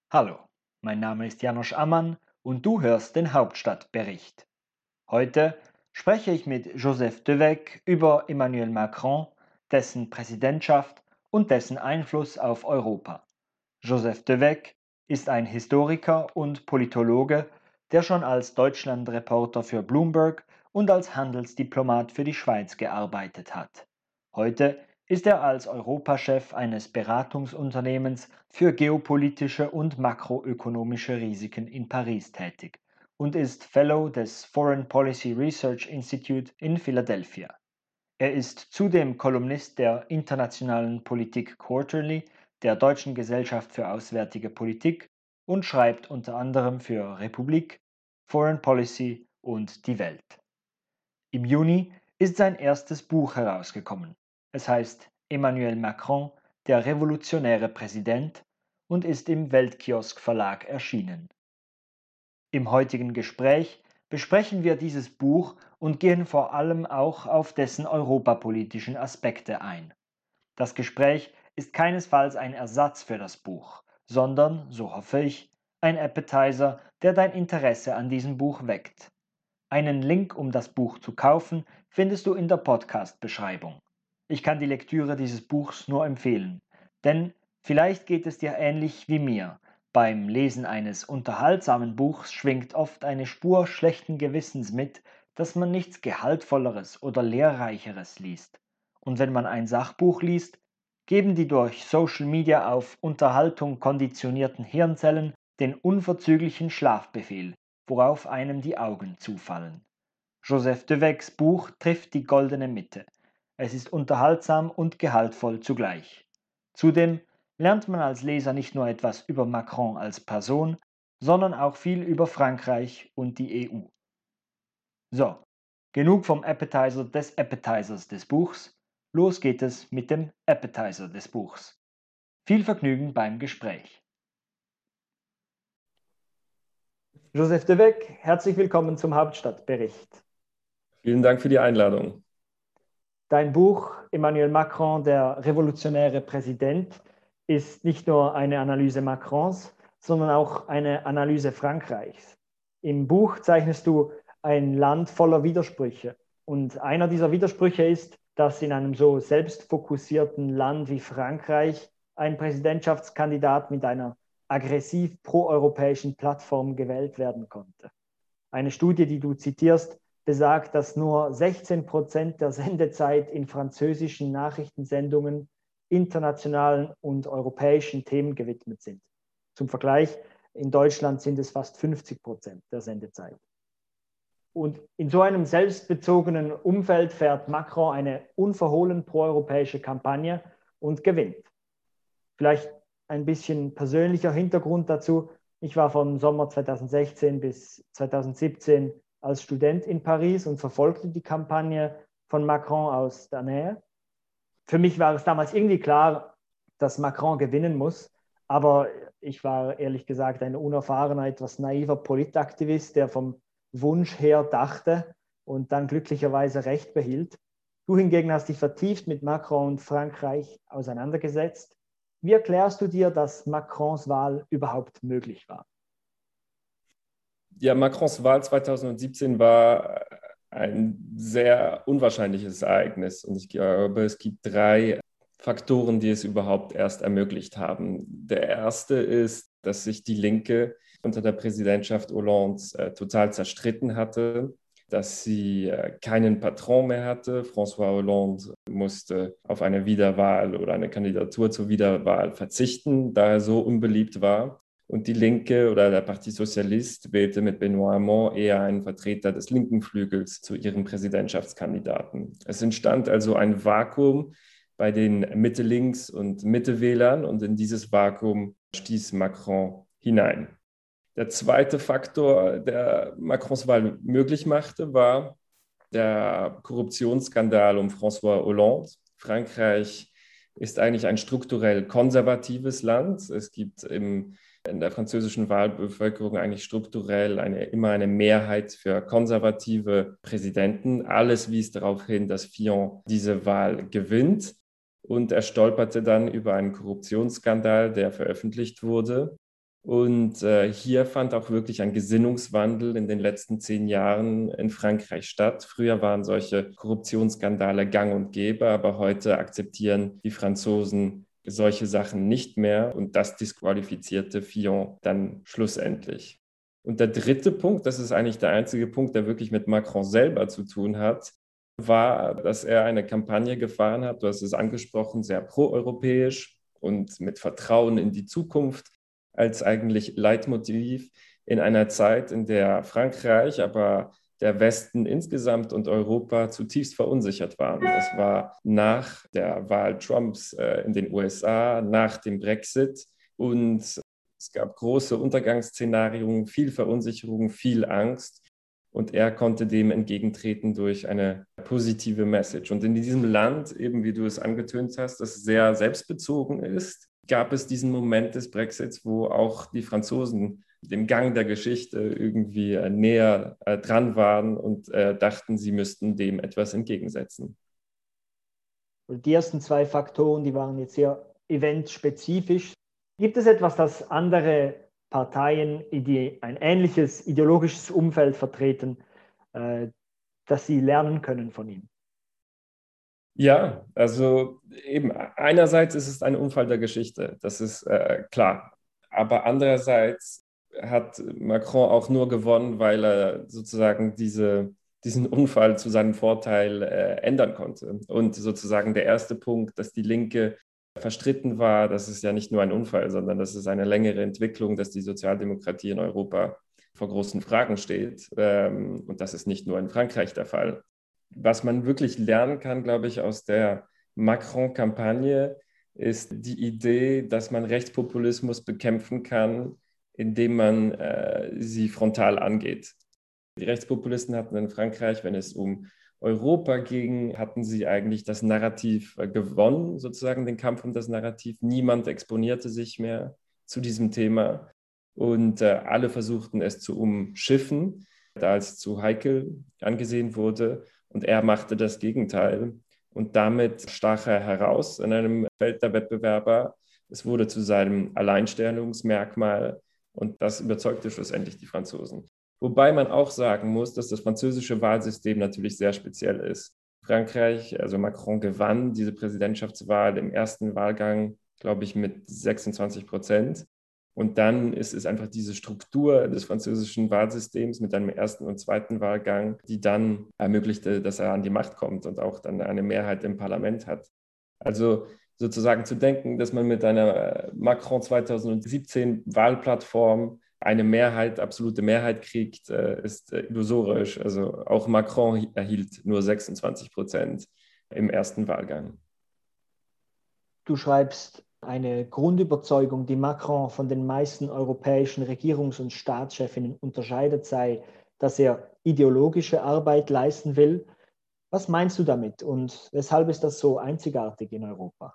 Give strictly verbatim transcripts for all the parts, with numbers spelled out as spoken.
Hallo, mein Name ist Janosch Ammann und du hörst den Hauptstadtbericht. Heute spreche ich mit Joseph Devec über Emmanuel Macron, dessen Präsidentschaft und dessen Einfluss auf Europa. Joseph Devec ist ein Historiker und Politologe, der schon als Deutschlandreporter für Bloomberg und als Handelsdiplomat für die Schweiz gearbeitet hat. Heute ist er als Europachef eines Beratungsunternehmens für geopolitische und makroökonomische Risiken in Paris tätig und ist Fellow des Foreign Policy Research Institute in Philadelphia. Er ist zudem Kolumnist der Internationalen Politik Quarterly, der Deutschen Gesellschaft für Auswärtige Politik und schreibt unter anderem für Republik, Foreign Policy und Die Welt. Im Juni ist sein erstes Buch herausgekommen. Es heißt Emmanuel Macron, der revolutionäre Präsident und ist im Weltkiosk Verlag erschienen. Im heutigen Gespräch besprechen wir dieses Buch und gehen vor allem auch auf dessen europapolitischen Aspekte ein. Das Gespräch ist keinesfalls ein Ersatz für das Buch, sondern, so hoffe ich, ein Appetizer, der dein Interesse an diesem Buch weckt. Einen Link, um das Buch zu kaufen, findest du in der Podcast-Beschreibung. Ich kann die Lektüre dieses Buchs nur empfehlen, denn vielleicht geht es dir ähnlich wie mir. Beim Lesen eines unterhaltsamen Buchs schwingt oft eine Spur schlechten Gewissens mit, dass man nichts Gehaltvolleres oder Lehrreicheres liest. Und wenn man ein Sachbuch liest, geben die durch Social Media auf Unterhaltung konditionierten Hirnzellen den unverzüglichen Schlafbefehl, worauf einem die Augen zufallen. Joseph Devecs Buch trifft die goldene Mitte. Es ist unterhaltsam und gehaltvoll zugleich. Zudem lernt man als Leser nicht nur etwas über Macron als Person, sondern auch viel über Frankreich und die E U. So, genug vom Appetizer des Appetizers des Buchs. Los geht es mit dem Appetizer des Buchs. Viel Vergnügen beim Gespräch. Joseph Devec, herzlich willkommen zum Hauptstadtbericht. Vielen Dank für die Einladung. Dein Buch Emmanuel Macron, der revolutionäre Präsident, ist nicht nur eine Analyse Macrons, sondern auch eine Analyse Frankreichs. Im Buch zeichnest du ein Land voller Widersprüche. Und einer dieser Widersprüche ist, dass in einem so selbstfokussierten Land wie Frankreich ein Präsidentschaftskandidat mit einer aggressiv proeuropäischen Plattform gewählt werden konnte. Eine Studie, die du zitierst, besagt, dass nur sechzehn Prozent der Sendezeit in französischen Nachrichtensendungen internationalen und europäischen Themen gewidmet sind. Zum Vergleich, in Deutschland sind es fast fünfzig Prozent der Sendezeit. Und in so einem selbstbezogenen Umfeld fährt Macron eine unverhohlen proeuropäische Kampagne und gewinnt. Vielleicht ein bisschen persönlicher Hintergrund dazu. Ich war von Sommer zweitausendsechzehn bis zweitausendsiebzehn als Student in Paris und verfolgte die Kampagne von Macron aus der Nähe. Für mich war es damals irgendwie klar, dass Macron gewinnen muss, aber ich war ehrlich gesagt ein unerfahrener, etwas naiver Politaktivist, der vom Wunsch her dachte und dann glücklicherweise Recht behielt. Du hingegen hast dich vertieft mit Macron und Frankreich auseinandergesetzt. Wie erklärst du dir, dass Macrons Wahl überhaupt möglich war? Ja, Macrons Wahl zweitausendsiebzehn war ein sehr unwahrscheinliches Ereignis. Und ich glaube, es gibt drei Faktoren, die es überhaupt erst ermöglicht haben. Der erste ist, dass sich die Linke unter der Präsidentschaft Hollandes äh, total zerstritten hatte, dass sie äh, keinen Patron mehr hatte. François Hollande musste auf eine Wiederwahl oder eine Kandidatur zur Wiederwahl verzichten, da er so unbeliebt war. Und die Linke oder der Parti Socialiste wählte mit Benoît Hamon eher einen Vertreter des linken Flügels zu ihrem Präsidentschaftskandidaten. Es entstand also ein Vakuum bei den Mitte-Links- und Mitte-Wählern und in dieses Vakuum stieß Macron hinein. Der zweite Faktor, der Macrons Wahl möglich machte, war der Korruptionsskandal um François Hollande. Frankreich ist eigentlich ein strukturell konservatives Land. Es gibt im, in der französischen Wahlbevölkerung eigentlich strukturell eine, immer eine Mehrheit für konservative Präsidenten. Alles wies darauf hin, dass Fillon diese Wahl gewinnt. Und er stolperte dann über einen Korruptionsskandal, der veröffentlicht wurde. Und äh, hier fand auch wirklich ein Gesinnungswandel in den letzten zehn Jahren in Frankreich statt. Früher waren solche Korruptionsskandale gang und gäbe, aber heute akzeptieren die Franzosen solche Sachen nicht mehr und das disqualifizierte Fillon dann schlussendlich. Und der dritte Punkt, das ist eigentlich der einzige Punkt, der wirklich mit Macron selber zu tun hat, war, dass er eine Kampagne gefahren hat, du hast es angesprochen, sehr proeuropäisch und mit Vertrauen in die Zukunft als eigentlich Leitmotiv in einer Zeit, in der Frankreich, aber der Westen insgesamt und Europa zutiefst verunsichert waren. Es war nach der Wahl Trumps äh, in den U S A, nach dem Brexit und es gab große Untergangsszenarien, viel Verunsicherung, viel Angst. Und er konnte dem entgegentreten durch eine positive Message. Und in diesem Land, eben wie du es angetönt hast, das sehr selbstbezogen ist, gab es diesen Moment des Brexits, wo auch die Franzosen dem Gang der Geschichte irgendwie äh, näher äh, dran waren und äh, dachten, sie müssten dem etwas entgegensetzen. Die ersten zwei Faktoren, die waren jetzt sehr eventspezifisch. Gibt es etwas, das andere Parteien, die ein ähnliches ideologisches Umfeld vertreten, äh, dass sie lernen können von ihm? Ja, also eben einerseits ist es ein Unfall der Geschichte, das ist äh, klar. Aber andererseits hat Macron auch nur gewonnen, weil er sozusagen diese, diesen Unfall zu seinem Vorteil äh, ändern konnte. Und sozusagen der erste Punkt, dass die Linke verstritten war, das ist ja nicht nur ein Unfall, sondern das ist eine längere Entwicklung, dass die Sozialdemokratie in Europa vor großen Fragen steht. Ähm, und das ist nicht nur in Frankreich der Fall. Was man wirklich lernen kann, glaube ich, aus der Macron-Kampagne, ist die Idee, dass man Rechtspopulismus bekämpfen kann, indem man äh, sie frontal angeht. Die Rechtspopulisten hatten in Frankreich, wenn es um Europa ging, hatten sie eigentlich das Narrativ äh, gewonnen, sozusagen den Kampf um das Narrativ. Niemand exponierte sich mehr zu diesem Thema und äh, alle versuchten es zu umschiffen, da es zu heikel angesehen wurde. Und er machte das Gegenteil. Und damit stach er heraus in einem Feld der Wettbewerber. Es wurde zu seinem Alleinstellungsmerkmal und das überzeugte schlussendlich die Franzosen. Wobei man auch sagen muss, dass das französische Wahlsystem natürlich sehr speziell ist. Frankreich, also Macron gewann diese Präsidentschaftswahl im ersten Wahlgang, glaube ich, mit sechsundzwanzig Prozent. Und dann ist es einfach diese Struktur des französischen Wahlsystems mit einem ersten und zweiten Wahlgang, die dann ermöglichte, dass er an die Macht kommt und auch dann eine Mehrheit im Parlament hat. Also sozusagen zu denken, dass man mit einer Macron zweitausendsiebzehn Wahlplattform eine Mehrheit, absolute Mehrheit kriegt, ist illusorisch. Also auch Macron erhielt nur sechsundzwanzig Prozent im ersten Wahlgang. Du schreibst, eine Grundüberzeugung, die Macron von den meisten europäischen Regierungs- und Staatschefinnen unterscheidet, sei, dass er ideologische Arbeit leisten will. Was meinst du damit und weshalb ist das so einzigartig in Europa?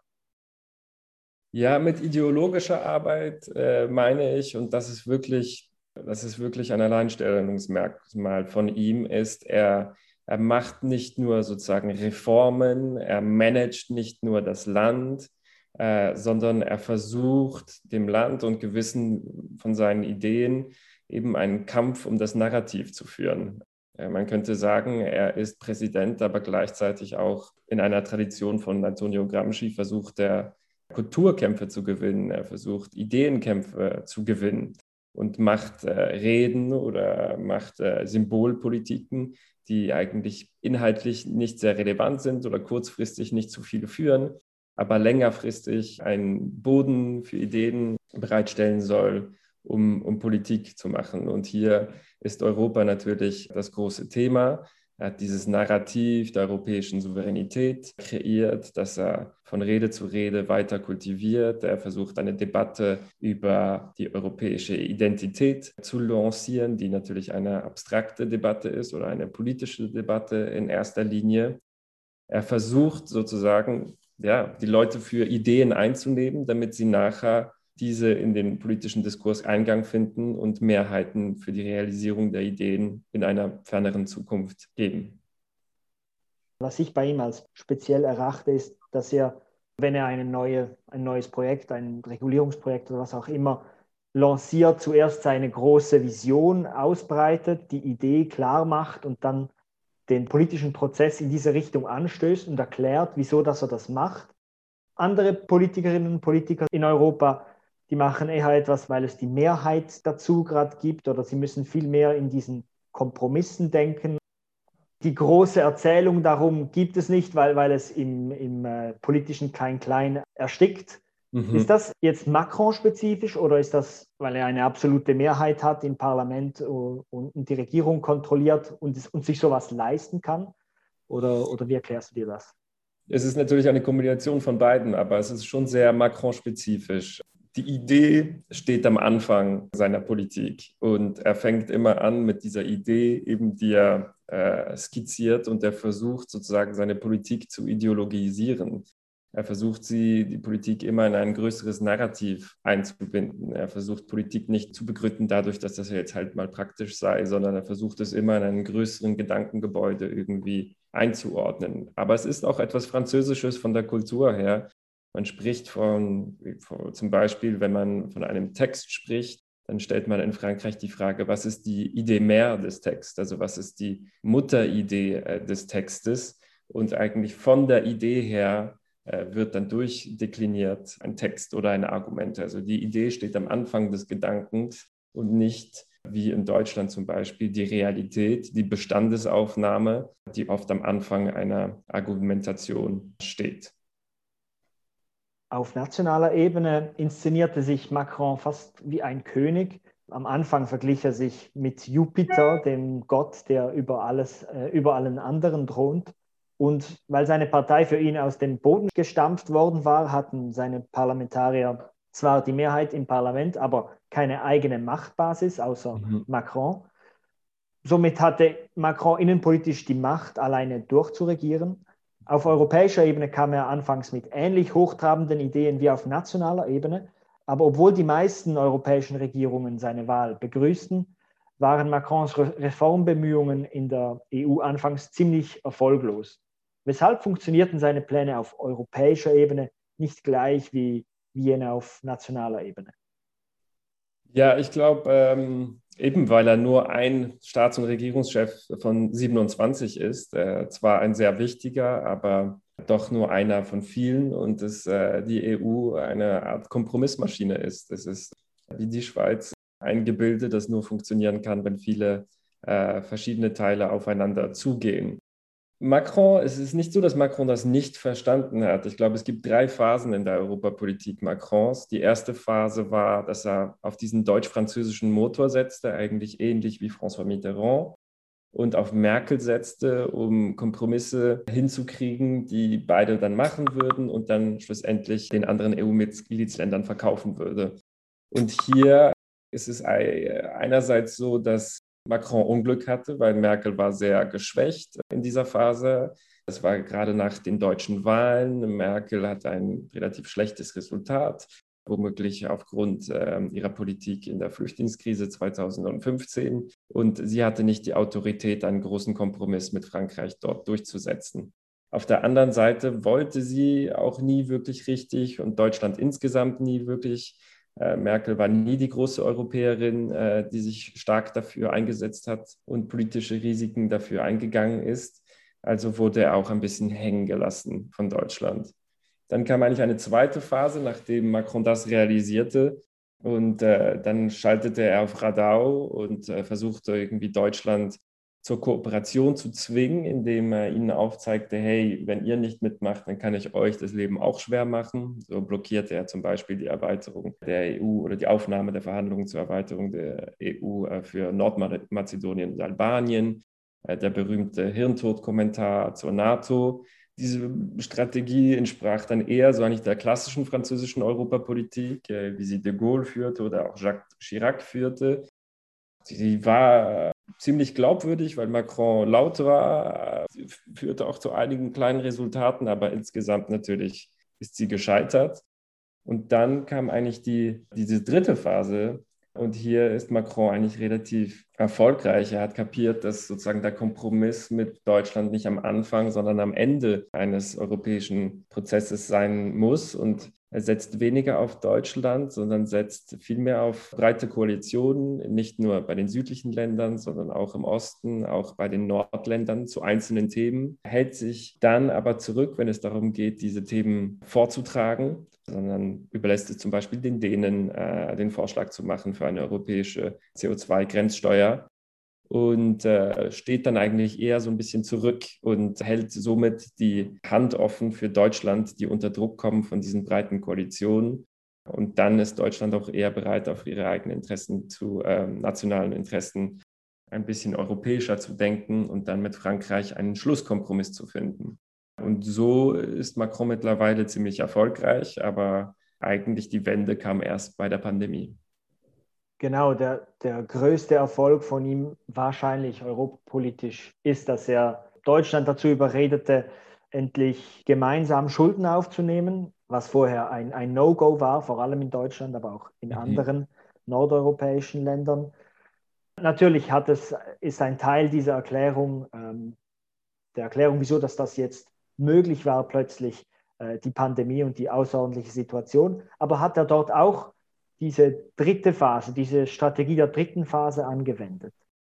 Ja, mit ideologischer Arbeit äh, meine ich, und das ist wirklich, das ist wirklich ein Alleinstellungsmerkmal von ihm, ist, er, er macht nicht nur sozusagen Reformen, er managt nicht nur das Land, äh, sondern er versucht dem Land und gewissen von seinen Ideen eben einen Kampf um das Narrativ zu führen. Äh, man könnte sagen, er ist Präsident, aber gleichzeitig auch in einer Tradition von Antonio Gramsci versucht er, Kulturkämpfe zu gewinnen, er versucht Ideenkämpfe zu gewinnen und macht äh, Reden oder macht äh, Symbolpolitiken, die eigentlich inhaltlich nicht sehr relevant sind oder kurzfristig nicht zu viele führen, aber längerfristig einen Boden für Ideen bereitstellen soll, um, um Politik zu machen. Und hier ist Europa natürlich das große Thema. Er hat dieses Narrativ der europäischen Souveränität kreiert, das er von Rede zu Rede weiter kultiviert. Er versucht eine Debatte über die europäische Identität zu lancieren, die natürlich eine abstrakte Debatte ist oder eine politische Debatte in erster Linie. Er versucht sozusagen, ja, die Leute für Ideen einzunehmen, damit sie nachher diese in den politischen Diskurs Eingang finden und Mehrheiten für die Realisierung der Ideen in einer ferneren Zukunft geben. Was ich bei ihm als speziell erachte, ist, dass er, wenn er eine neue, ein neues Projekt, ein Regulierungsprojekt oder was auch immer lanciert, zuerst seine große Vision ausbreitet, die Idee klar macht und dann den politischen Prozess in diese Richtung anstößt und erklärt, wieso dass er das macht. Andere Politikerinnen und Politiker in Europa, die machen eher etwas, weil es die Mehrheit dazu gerade gibt, oder sie müssen viel mehr in diesen Kompromissen denken. Die große Erzählung darum gibt es nicht, weil, weil es im, im äh, politischen Klein-Klein erstickt. Mhm. Ist das jetzt Macron-spezifisch oder ist das, weil er eine absolute Mehrheit hat im Parlament und, und die Regierung kontrolliert und, und sich sowas leisten kann? Oder, oder wie erklärst du dir das? Es ist natürlich eine Kombination von beiden, aber es ist schon sehr Macron-spezifisch. Die Idee steht am Anfang seiner Politik und er fängt immer an mit dieser Idee, eben die er äh, skizziert, und er versucht sozusagen seine Politik zu ideologisieren. Er versucht sie, die Politik immer in ein größeres Narrativ einzubinden. Er versucht Politik nicht zu begründen dadurch, dass das jetzt halt mal praktisch sei, sondern er versucht es immer in einem größeren Gedankengebäude irgendwie einzuordnen. Aber es ist auch etwas Französisches von der Kultur her. Man spricht von, von, zum Beispiel, wenn man von einem Text spricht, dann stellt man in Frankreich die Frage, was ist die Idée mère des Textes, also was ist die Mutteridee äh, des Textes? Und eigentlich von der Idee her äh, wird dann durchdekliniert ein Text oder ein Argument. Also die Idee steht am Anfang des Gedankens und nicht wie in Deutschland zum Beispiel die Realität, die Bestandesaufnahme, die oft am Anfang einer Argumentation steht. Auf nationaler Ebene inszenierte sich Macron fast wie ein König. Am Anfang verglich er sich mit Jupiter, dem Gott, der über alles, äh, über allen anderen thront. Und weil seine Partei für ihn aus dem Boden gestampft worden war, hatten seine Parlamentarier zwar die Mehrheit im Parlament, aber keine eigene Machtbasis außer mhm. Macron. Somit hatte Macron innenpolitisch die Macht, alleine durchzuregieren. Auf europäischer Ebene kam er anfangs mit ähnlich hochtrabenden Ideen wie auf nationaler Ebene. Aber obwohl die meisten europäischen Regierungen seine Wahl begrüßten, waren Macrons Reformbemühungen in der E U anfangs ziemlich erfolglos. Weshalb funktionierten seine Pläne auf europäischer Ebene nicht gleich wie, wie jene auf nationaler Ebene? Ja, ich glaube, ähm, eben weil er nur ein Staats- und Regierungschef von siebenundzwanzig ist, äh, zwar ein sehr wichtiger, aber doch nur einer von vielen, und dass äh, die E U eine Art Kompromissmaschine ist. Es ist wie die Schweiz ein Gebilde, das nur funktionieren kann, wenn viele äh, verschiedene Teile aufeinander zugehen. Macron, es ist nicht so, dass Macron das nicht verstanden hat. Ich glaube, es gibt drei Phasen in der Europapolitik Macrons. Die erste Phase war, dass er auf diesen deutsch-französischen Motor setzte, eigentlich ähnlich wie François Mitterrand, und auf Merkel setzte, um Kompromisse hinzukriegen, die beide dann machen würden und dann schlussendlich den anderen E U-Mitgliedsländern verkaufen würde. Und hier ist es einerseits so, dass Macron Unglück hatte, weil Merkel war sehr geschwächt in dieser Phase. Das war gerade nach den deutschen Wahlen. Merkel hatte ein relativ schlechtes Resultat, womöglich aufgrund äh, ihrer Politik in der Flüchtlingskrise zweitausendfünfzehn. Und sie hatte nicht die Autorität, einen großen Kompromiss mit Frankreich dort durchzusetzen. Auf der anderen Seite wollte sie auch nie wirklich richtig und Deutschland insgesamt nie wirklich. Äh, Merkel war nie die große Europäerin, äh, die sich stark dafür eingesetzt hat und politische Risiken dafür eingegangen ist. Also wurde er auch ein bisschen hängen gelassen von Deutschland. Dann kam eigentlich eine zweite Phase, nachdem Macron das realisierte. Und äh, dann schaltete er auf Radau und äh, versuchte irgendwie Deutschland zur Kooperation zu zwingen, indem er ihnen aufzeigte, hey, wenn ihr nicht mitmacht, dann kann ich euch das Leben auch schwer machen. So blockierte er zum Beispiel die Erweiterung der E U oder die Aufnahme der Verhandlungen zur Erweiterung der E U für Nordmazedonien und Albanien. Der berühmte Hirntod-Kommentar zur NATO. Diese Strategie entsprach dann eher so eigentlich der klassischen französischen Europapolitik, wie sie de Gaulle führte oder auch Jacques Chirac führte. Sie war ziemlich glaubwürdig, weil Macron laut war, sie führte auch zu einigen kleinen Resultaten, aber insgesamt natürlich ist sie gescheitert. Und dann kam eigentlich die, diese dritte Phase, und hier ist Macron eigentlich relativ erfolgreich. Er hat kapiert, dass sozusagen der Kompromiss mit Deutschland nicht am Anfang, sondern am Ende eines europäischen Prozesses sein muss. Und Er setzt weniger auf Deutschland, sondern setzt vielmehr auf breite Koalitionen, nicht nur bei den südlichen Ländern, sondern auch im Osten, auch bei den Nordländern zu einzelnen Themen, hält sich dann aber zurück, wenn es darum geht, diese Themen vorzutragen, sondern überlässt es zum Beispiel den Dänen, äh, den Vorschlag zu machen für eine europäische C O zwei Grenzsteuer. Und äh, steht dann eigentlich eher so ein bisschen zurück und hält somit die Hand offen für Deutschland, die unter Druck kommen von diesen breiten Koalitionen. Und dann ist Deutschland auch eher bereit, auf ihre eigenen Interessen zu äh, nationalen Interessen ein bisschen europäischer zu denken und dann mit Frankreich einen Schlusskompromiss zu finden. Und so ist Macron mittlerweile ziemlich erfolgreich, aber eigentlich die Wende kam erst bei der Pandemie. Genau, der, der größte Erfolg von ihm wahrscheinlich europapolitisch ist, dass er Deutschland dazu überredete, endlich gemeinsam Schulden aufzunehmen, was vorher ein, ein No-Go war, vor allem in Deutschland, aber auch in Mhm. anderen nordeuropäischen Ländern. Natürlich hat es, ist ein Teil dieser Erklärung, ähm, der Erklärung, wieso dass das jetzt möglich war, plötzlich äh, die Pandemie und die außerordentliche Situation, aber hat er dort auch diese dritte Phase, diese Strategie der dritten Phase angewendet?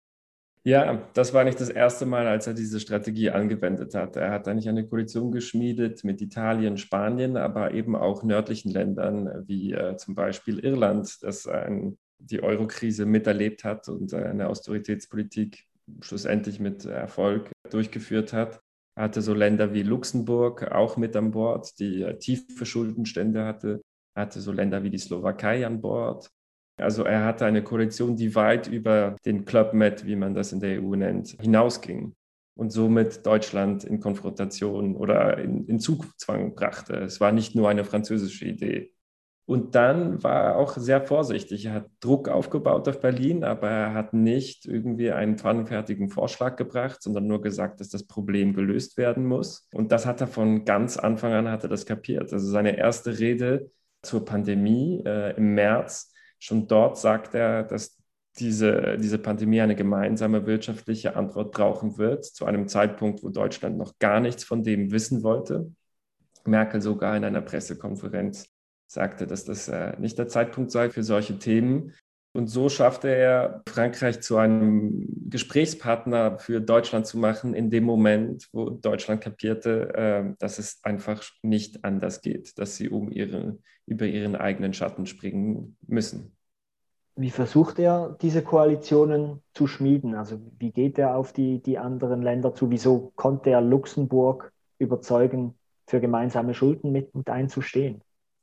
Ja, das war nicht das erste Mal, als er diese Strategie angewendet hat. Er hat eigentlich eine Koalition geschmiedet mit Italien, Spanien, aber eben auch nördlichen Ländern wie äh, zum Beispiel Irland, das ein, die Euro-Krise miterlebt hat und äh, eine Austeritätspolitik schlussendlich mit Erfolg durchgeführt hat. Er hatte so Länder wie Luxemburg auch mit an Bord, die äh, tiefe Schuldenstände hatte. Er hatte so Länder wie die Slowakei an Bord. Also er hatte eine Koalition, die weit über den Club Med, wie man das in der E U nennt, hinausging und somit Deutschland in Konfrontation oder in, in Zugzwang brachte. Es war nicht nur eine französische Idee. Und dann war er auch sehr vorsichtig. Er hat Druck aufgebaut auf Berlin, aber er hat nicht irgendwie einen pfannenfertigen Vorschlag gebracht, sondern nur gesagt, dass das Problem gelöst werden muss. Und das hat er von ganz Anfang an hat er das kapiert. Also seine erste Rede zur Pandemie äh, im März, schon dort sagt er, dass diese, diese Pandemie eine gemeinsame wirtschaftliche Antwort brauchen wird, zu einem Zeitpunkt, wo Deutschland noch gar nichts von dem wissen wollte. Merkel sogar in einer Pressekonferenz sagte, dass das äh, nicht der Zeitpunkt sei für solche Themen. Und so schaffte er, Frankreich zu einem Gesprächspartner für Deutschland zu machen, in dem Moment, wo Deutschland kapierte, äh, dass es einfach nicht anders geht, dass sie um ihre, über ihren eigenen Schatten springen müssen. Wie versucht er, diese Koalitionen zu schmieden? Also wie geht er auf die, die anderen Länder zu? Wieso konnte er Luxemburg überzeugen, für gemeinsame Schulden mit, mit einzustehen?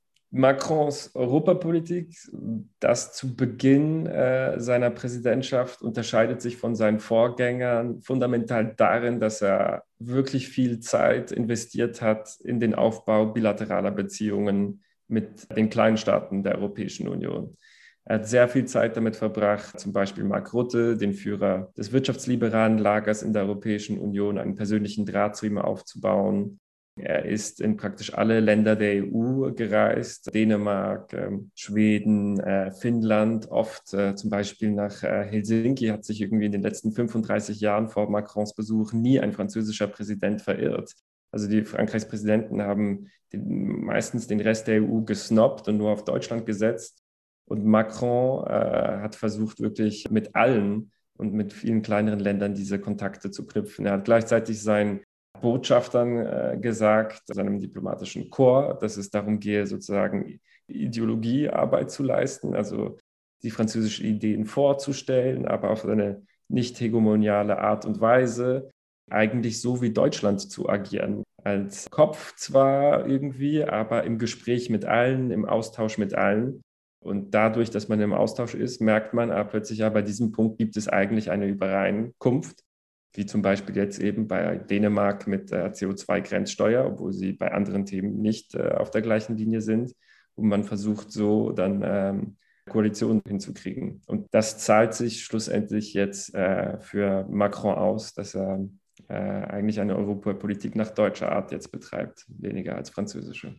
Macrons Europapolitik, das zu Beginn äh, seiner Präsidentschaft unterscheidet sich von seinen Vorgängern fundamental darin, dass er wirklich viel Zeit investiert hat in den Aufbau bilateraler Beziehungen mit den kleinen Staaten der Europäischen Union. Er hat sehr viel Zeit damit verbracht, zum Beispiel Mark Rutte, den Führer des wirtschaftsliberalen Lagers in der Europäischen Union, einen persönlichen Draht zu ihm aufzubauen. Er ist in praktisch alle Länder der E U gereist, Dänemark, ähm, Schweden, äh, Finnland, oft äh, zum Beispiel nach äh, Helsinki, hat sich irgendwie in den letzten fünfunddreißig Jahren vor Macrons Besuch nie ein französischer Präsident verirrt. Also die Frankreichs Präsidenten haben den, meistens den Rest der E U gesnobbt und nur auf Deutschland gesetzt. Und Macron äh, hat versucht, wirklich mit allen und mit vielen kleineren Ländern diese Kontakte zu knüpfen. Er hat gleichzeitig sein Botschaftern äh, gesagt, seinem diplomatischen Korps, dass es darum gehe, sozusagen Ideologiearbeit zu leisten, also die französischen Ideen vorzustellen, aber auf eine nicht hegemoniale Art und Weise, eigentlich so wie Deutschland zu agieren. Als Kopf zwar irgendwie, aber im Gespräch mit allen, im Austausch mit allen. Und dadurch, dass man im Austausch ist, merkt man ah, plötzlich, ja, bei diesem Punkt gibt es eigentlich eine Übereinkunft, wie zum Beispiel jetzt eben bei Dänemark mit der C O zwei Grenzsteuer, obwohl sie bei anderen Themen nicht äh, auf der gleichen Linie sind. Und man versucht so dann ähm, Koalitionen hinzukriegen. Und das zahlt sich schlussendlich jetzt äh, für Macron aus, dass er äh, eigentlich eine Europapolitik nach deutscher Art jetzt betreibt, weniger als französische.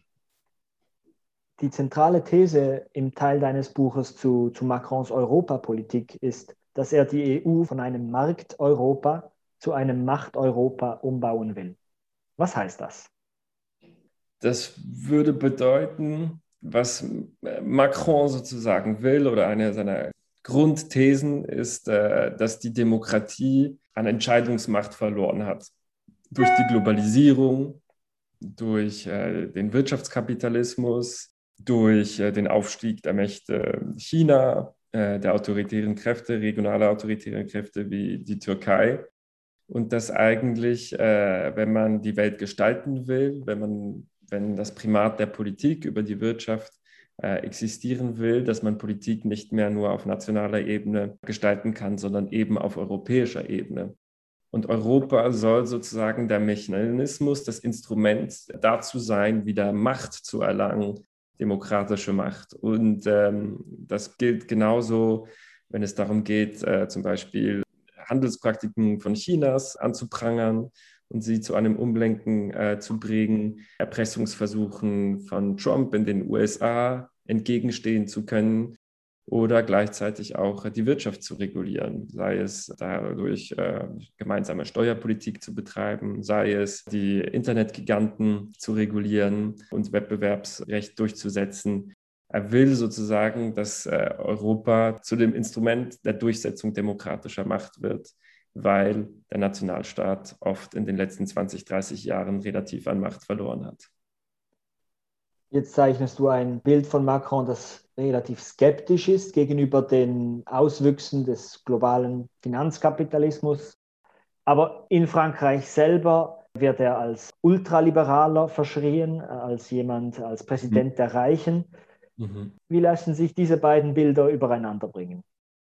Die zentrale These im Teil deines Buches zu, zu Macrons Europapolitik ist, dass er die E U von einem Markt-Europa zu einem Macht-Europa umbauen will. Was heißt das? Das würde bedeuten, Was Macron sozusagen will oder eine seiner Grundthesen ist, dass die Demokratie an Entscheidungsmacht verloren hat. Durch die Globalisierung, durch den Wirtschaftskapitalismus, durch den Aufstieg der Mächte China, der autoritären Kräfte, regionale autoritäre Kräfte wie die Türkei. Und dass eigentlich, wenn man die Welt gestalten will, wenn man wenn das Primat der Politik über die Wirtschaft äh, existieren will, dass man Politik nicht mehr nur auf nationaler Ebene gestalten kann, sondern eben auf europäischer Ebene. Und Europa soll sozusagen der Mechanismus, das Instrument dazu sein, wieder Macht zu erlangen, demokratische Macht. Und ähm, das gilt genauso, wenn es darum geht, äh, zum Beispiel Handelspraktiken von Chinas anzuprangern und sie zu einem Umlenken äh, zu bringen, Erpressungsversuchen von Trump in den U S A entgegenstehen zu können oder gleichzeitig auch die Wirtschaft zu regulieren, sei es dadurch äh, gemeinsame Steuerpolitik zu betreiben, sei es die Internetgiganten zu regulieren und Wettbewerbsrecht durchzusetzen. Er will sozusagen, dass äh, Europa zu dem Instrument der Durchsetzung demokratischer Macht wird, weil der Nationalstaat oft in den letzten zwanzig, dreißig Jahren relativ an Macht verloren hat. Jetzt zeichnest du ein Bild von Macron, das relativ skeptisch ist gegenüber den Auswüchsen des globalen Finanzkapitalismus. Aber in Frankreich selber wird er als Ultraliberaler verschrien, als jemand, als Präsident der Reichen. Mhm. Wie lassen sich diese beiden Bilder übereinander bringen?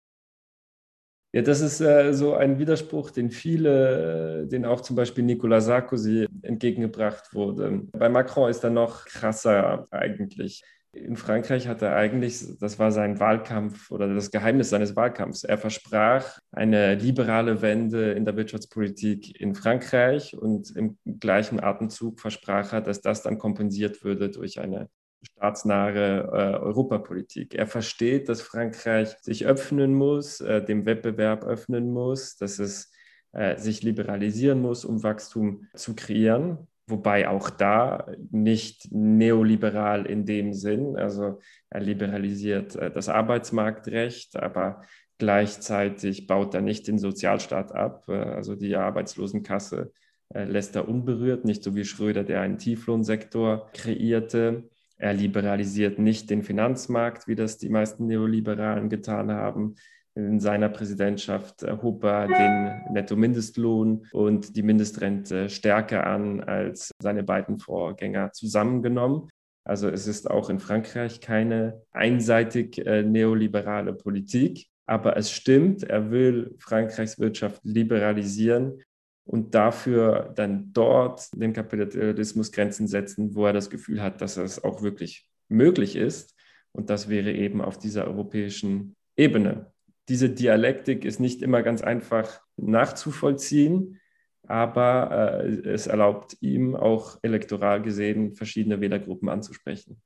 Ja, das ist äh, so ein Widerspruch, den viele, den auch zum Beispiel Nicolas Sarkozy entgegengebracht wurde. Bei Macron ist er noch krasser eigentlich. In Frankreich hat er eigentlich, das war sein Wahlkampf oder das Geheimnis seines Wahlkampfs, er versprach eine liberale Wende in der Wirtschaftspolitik in Frankreich und im gleichen Atemzug versprach er, dass das dann kompensiert würde durch eine staatsnahe äh, Europapolitik. Er versteht, dass Frankreich sich öffnen muss, äh, dem Wettbewerb öffnen muss, dass es äh, sich liberalisieren muss, um Wachstum zu kreieren. Wobei auch da nicht neoliberal in dem Sinn, also er liberalisiert äh, das Arbeitsmarktrecht, aber gleichzeitig baut er nicht den Sozialstaat ab, äh, also die Arbeitslosenkasse äh, lässt er unberührt, nicht so wie Schröder, der einen Tieflohnsektor kreierte. Er liberalisiert nicht den Finanzmarkt, wie das die meisten Neoliberalen getan haben. In seiner Präsidentschaft hob er den Netto-Mindestlohn und die Mindestrente stärker an als seine beiden Vorgänger zusammengenommen. Also es ist auch in Frankreich keine einseitig äh, neoliberale Politik. Aber es stimmt, er will Frankreichs Wirtschaft liberalisieren und dafür dann dort dem Kapitalismus Grenzen setzen, wo er das Gefühl hat, dass es auch wirklich möglich ist. Und das wäre eben auf dieser europäischen Ebene. Diese Dialektik ist nicht immer ganz einfach nachzuvollziehen, aber äh, es erlaubt ihm auch elektoral gesehen, verschiedene Wählergruppen anzusprechen.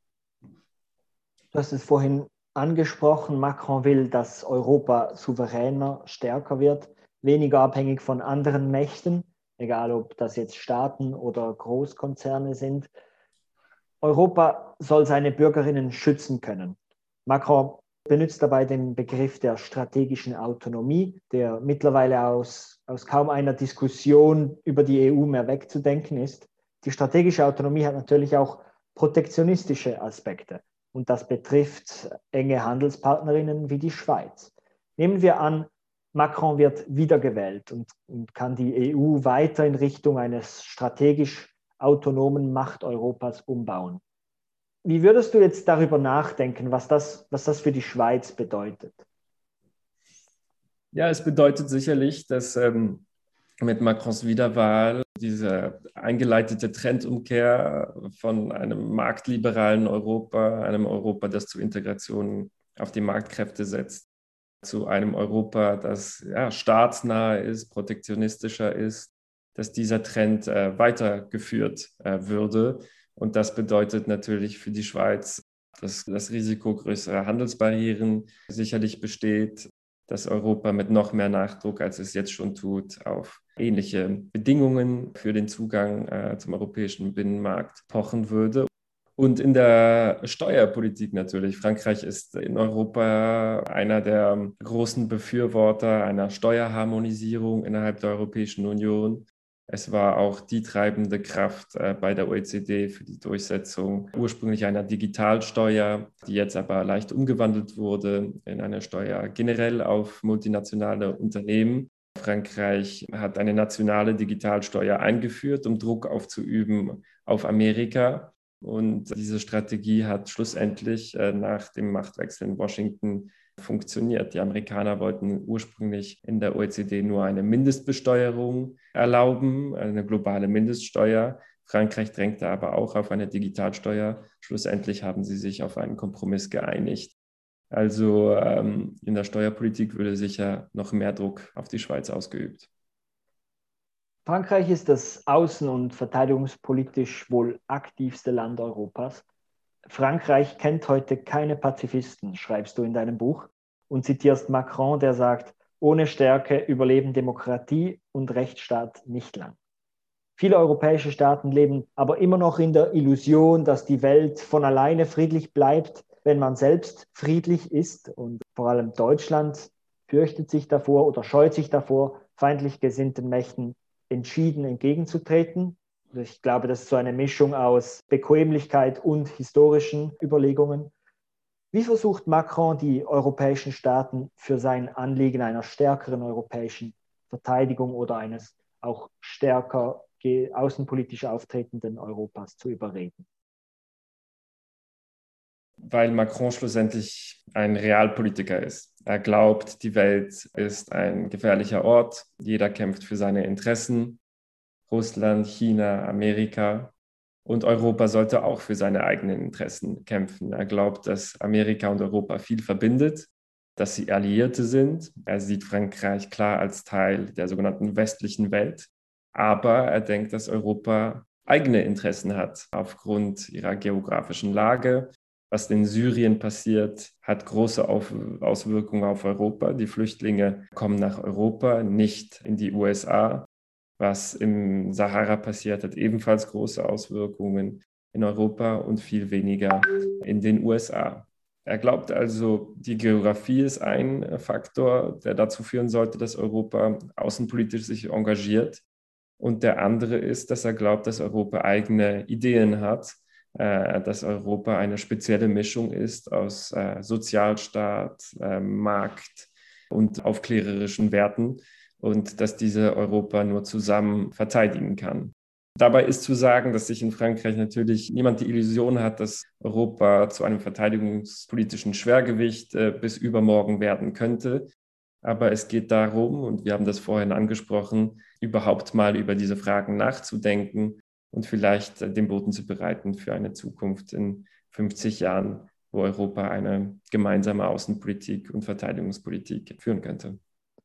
Du hast es vorhin angesprochen, Macron will, dass Europa souveräner, stärker wird, weniger abhängig von anderen Mächten, egal ob das jetzt Staaten oder Großkonzerne sind. Europa soll seine Bürgerinnen schützen können. Macron benutzt dabei den Begriff der strategischen Autonomie, der mittlerweile aus, aus kaum einer Diskussion über die E U mehr wegzudenken ist. Die strategische Autonomie hat natürlich auch protektionistische Aspekte und das betrifft enge Handelspartnerinnen wie die Schweiz. Nehmen wir an, Macron wird wiedergewählt und, und kann die E U weiter in Richtung eines strategisch autonomen Macht-Europas umbauen. Wie würdest du jetzt darüber nachdenken, was das, was das für die Schweiz bedeutet? Ja, es bedeutet sicherlich, dass ähm, mit Macrons Wiederwahl diese eingeleitete Trendumkehr von einem marktliberalen Europa, einem Europa, das zur Integration auf die Marktkräfte setzt, zu einem Europa, das ja, staatsnah ist, protektionistischer ist, dass dieser Trend äh, weitergeführt äh, würde. Und das bedeutet natürlich für die Schweiz, dass das Risiko größerer Handelsbarrieren sicherlich besteht, dass Europa mit noch mehr Nachdruck, als es jetzt schon tut, auf ähnliche Bedingungen für den Zugang äh, zum europäischen Binnenmarkt pochen würde. Und in der Steuerpolitik natürlich. Frankreich ist in Europa einer der großen Befürworter einer Steuerharmonisierung innerhalb der Europäischen Union. Es war auch die treibende Kraft äh, bei der O E C D für die Durchsetzung ursprünglich einer Digitalsteuer, die jetzt aber leicht umgewandelt wurde in eine Steuer generell auf multinationale Unternehmen. Frankreich hat eine nationale Digitalsteuer eingeführt, um Druck aufzuüben auf Amerika. Und diese Strategie hat schlussendlich äh, nach dem Machtwechsel in Washington funktioniert. Die Amerikaner wollten ursprünglich in der O E C D nur eine Mindestbesteuerung erlauben, eine globale Mindeststeuer. Frankreich drängte aber auch auf eine Digitalsteuer. Schlussendlich haben sie sich auf einen Kompromiss geeinigt. Also ähm, in der Steuerpolitik würde sicher noch mehr Druck auf die Schweiz ausgeübt. Frankreich ist das außen- und verteidigungspolitisch wohl aktivste Land Europas. Frankreich kennt heute keine Pazifisten, schreibst du in deinem Buch, und zitierst Macron, der sagt, ohne Stärke überleben Demokratie und Rechtsstaat nicht lang. Viele europäische Staaten leben aber immer noch in der Illusion, dass die Welt von alleine friedlich bleibt, wenn man selbst friedlich ist. Und vor allem Deutschland fürchtet sich davor oder scheut sich davor, feindlich gesinnten Mächten entschieden entgegenzutreten. Ich glaube, das ist so eine Mischung aus Bequemlichkeit und historischen Überlegungen. Wie versucht Macron, die europäischen Staaten für sein Anliegen einer stärkeren europäischen Verteidigung oder eines auch stärker außenpolitisch auftretenden Europas zu überreden? Weil Macron schlussendlich ein Realpolitiker ist. Er glaubt, die Welt ist ein gefährlicher Ort. Jeder kämpft für seine Interessen. Russland, China, Amerika. Und Europa sollte auch für seine eigenen Interessen kämpfen. Er glaubt, dass Amerika und Europa viel verbindet, dass sie Alliierte sind. Er sieht Frankreich klar als Teil der sogenannten westlichen Welt. Aber er denkt, dass Europa eigene Interessen hat aufgrund ihrer geografischen Lage. Was in Syrien passiert, hat große Auswirkungen auf Europa. Die Flüchtlinge kommen nach Europa, nicht in die U S A. Was im Sahara passiert, hat ebenfalls große Auswirkungen in Europa und viel weniger in den U S A. Er glaubt also, die Geografie ist ein Faktor, der dazu führen sollte, dass Europa außenpolitisch sich engagiert. Und der andere ist, dass er glaubt, dass Europa eigene Ideen hat, äh, dass Europa eine spezielle Mischung ist aus äh, Sozialstaat, äh, Markt und aufklärerischen Werten und dass diese Europa nur zusammen verteidigen kann. Dabei ist zu sagen, dass sich in Frankreich natürlich niemand die Illusion hat, dass Europa zu einem verteidigungspolitischen Schwergewicht äh, bis übermorgen werden könnte. Aber es geht darum, und wir haben das vorhin angesprochen, überhaupt mal über diese Fragen nachzudenken und vielleicht den Boden zu bereiten für eine Zukunft in fünfzig Jahren, wo Europa eine gemeinsame Außenpolitik und Verteidigungspolitik führen könnte.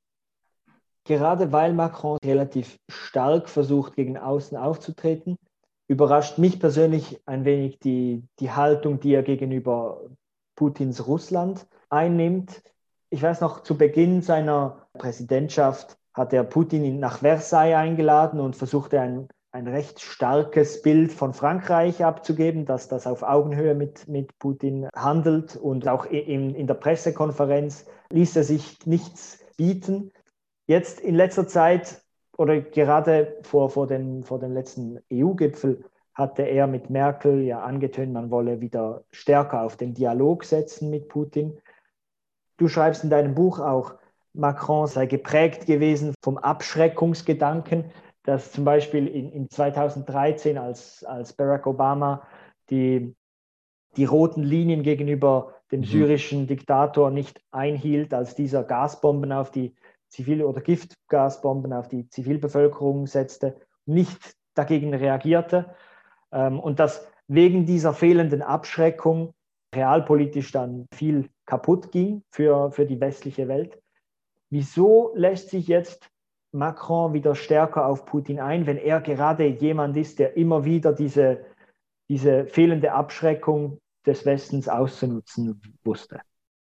Gerade weil Macron relativ stark versucht, gegen außen aufzutreten, überrascht mich persönlich ein wenig die, die Haltung, die er gegenüber Putins Russland einnimmt. Ich weiß noch, zu Beginn seiner Präsidentschaft hat er Putin nach Versailles eingeladen und versuchte ein, ein recht starkes Bild von Frankreich abzugeben, dass das auf Augenhöhe mit, mit Putin handelt. Und auch in, in der Pressekonferenz ließ er sich nichts bieten. Jetzt in letzter Zeit oder gerade vor, vor, dem, vor dem letzten E U-Gipfel hatte er mit Merkel ja angetönt, man wolle wieder stärker auf den Dialog setzen mit Putin. Du schreibst in deinem Buch auch, Macron sei geprägt gewesen vom Abschreckungsgedanken, dass zum Beispiel in, in zweitausenddreizehn, als, als Barack Obama die, die roten Linien gegenüber dem mhm. syrischen Diktator nicht einhielt, als dieser Gasbomben auf die Zivil- oder Giftgasbomben auf die Zivilbevölkerung setzte, nicht dagegen reagierte. Und dass wegen dieser fehlenden Abschreckung realpolitisch dann viel kaputt ging für, für die westliche Welt. Wieso lässt sich jetzt Macron wieder stärker auf Putin ein, wenn er gerade jemand ist, der immer wieder diese, diese fehlende Abschreckung des Westens auszunutzen wusste?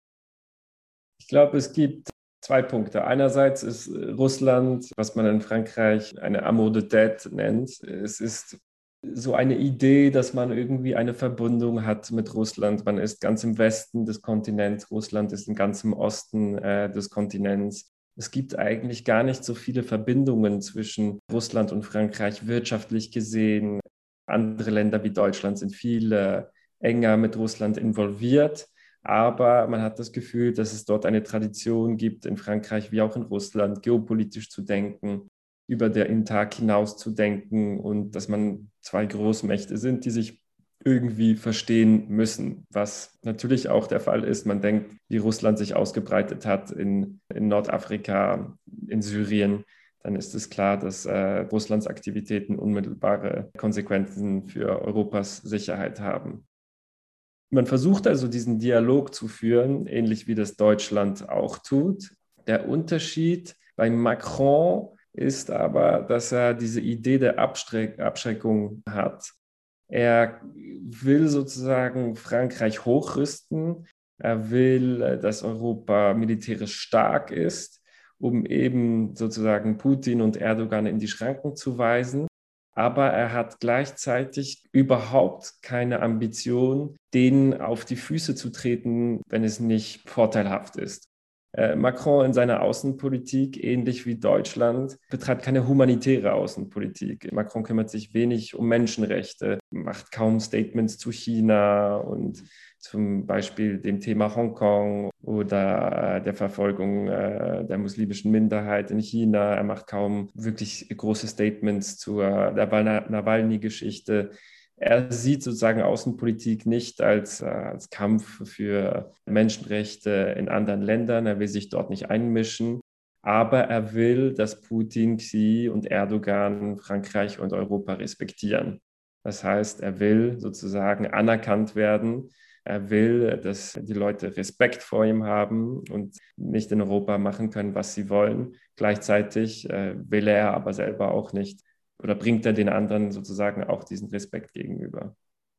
Ich glaube, es gibt zwei Punkte. Einerseits ist Russland, was man in Frankreich eine Amour de tête nennt. Es ist so eine Idee, dass man irgendwie eine Verbindung hat mit Russland. Man ist ganz im Westen des Kontinents, Russland ist in ganz im Osten äh, des Kontinents. Es gibt eigentlich gar nicht so viele Verbindungen zwischen Russland und Frankreich wirtschaftlich gesehen. Andere Länder wie Deutschland sind viel äh, enger mit Russland involviert. Aber man hat das Gefühl, dass es dort eine Tradition gibt, in Frankreich wie auch in Russland, geopolitisch zu denken, über den Tag hinaus zu denken und dass man zwei Großmächte sind, die sich irgendwie verstehen müssen, was natürlich auch der Fall ist. Man denkt, wie Russland sich ausgebreitet hat in, in Nordafrika, in Syrien, dann ist es klar, dass äh, Russlands Aktivitäten unmittelbare Konsequenzen für Europas Sicherheit haben. Man versucht also diesen Dialog zu führen, ähnlich wie das Deutschland auch tut. Der Unterschied bei Macron ist aber, dass er diese Idee der Abschreck Abschreckung hat. Er will sozusagen Frankreich hochrüsten. Er will, dass Europa militärisch stark ist, um eben sozusagen Putin und Erdogan in die Schranken zu weisen. Aber er hat gleichzeitig überhaupt keine Ambition, denen auf die Füße zu treten, wenn es nicht vorteilhaft ist. Macron in seiner Außenpolitik, ähnlich wie Deutschland, betreibt keine humanitäre Außenpolitik. Macron kümmert sich wenig um Menschenrechte, macht kaum Statements zu China und zum Beispiel dem Thema Hongkong oder der Verfolgung der muslimischen Minderheit in China. Er macht kaum wirklich große Statements zur Nawalny-Geschichte. Er sieht sozusagen Außenpolitik nicht als, äh, als Kampf für Menschenrechte in anderen Ländern. Er will sich dort nicht einmischen. Aber er will, dass Putin, Xi und Erdogan Frankreich und Europa respektieren. Das heißt, er will sozusagen anerkannt werden. Er will, dass die Leute Respekt vor ihm haben und nicht in Europa machen können, was sie wollen. Gleichzeitig äh, will er aber selber auch nicht oder bringt er den anderen sozusagen auch diesen Respekt gegenüber.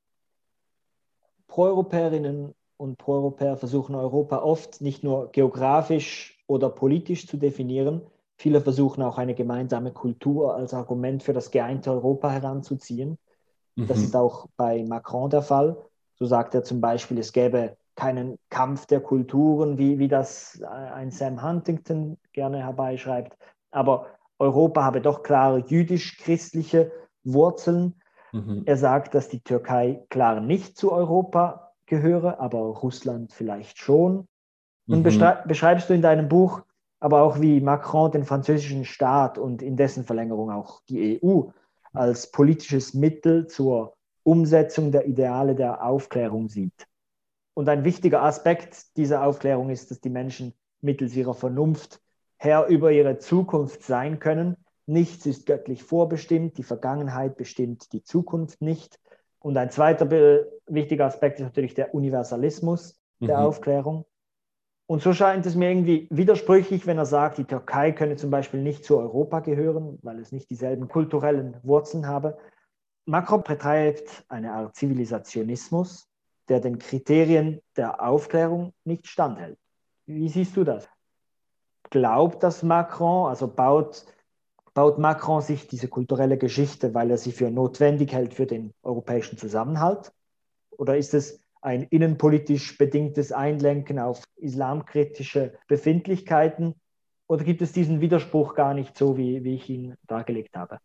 Proeuropäerinnen und Proeuropäer versuchen Europa oft nicht nur geografisch oder politisch zu definieren, viele versuchen auch eine gemeinsame Kultur als Argument für das geeinte Europa heranzuziehen. Mhm. Das ist auch bei Macron der Fall. So sagt er zum Beispiel, es gäbe keinen Kampf der Kulturen, wie, wie das ein Sam Huntington gerne herbeischreibt. Aber Europa habe doch klare jüdisch-christliche Wurzeln. Mhm. Er sagt, dass die Türkei klar nicht zu Europa gehöre, aber Russland vielleicht schon. Nun mhm. beschreibst du in deinem Buch aber auch, wie Macron den französischen Staat und in dessen Verlängerung auch die E U als politisches Mittel zur Umsetzung der Ideale der Aufklärung sieht. Und ein wichtiger Aspekt dieser Aufklärung ist, dass die Menschen mittels ihrer Vernunft Herr über ihre Zukunft sein können. Nichts ist göttlich vorbestimmt, die Vergangenheit bestimmt die Zukunft nicht. Und ein zweiter wichtiger Aspekt ist natürlich der Universalismus der mhm. Aufklärung. Und so scheint es mir irgendwie widersprüchlich, wenn er sagt, die Türkei könne zum Beispiel nicht zu Europa gehören, weil es nicht dieselben kulturellen Wurzeln habe. Macron betreibt eine Art Zivilisationismus, der den Kriterien der Aufklärung nicht standhält. Wie siehst du das? Glaubt das Macron, also baut, baut Macron sich diese kulturelle Geschichte, weil er sie für notwendig hält für den europäischen Zusammenhalt? Oder ist es ein innenpolitisch bedingtes Einlenken auf islamkritische Befindlichkeiten? Oder gibt es diesen Widerspruch gar nicht so, wie, wie ich ihn dargelegt habe?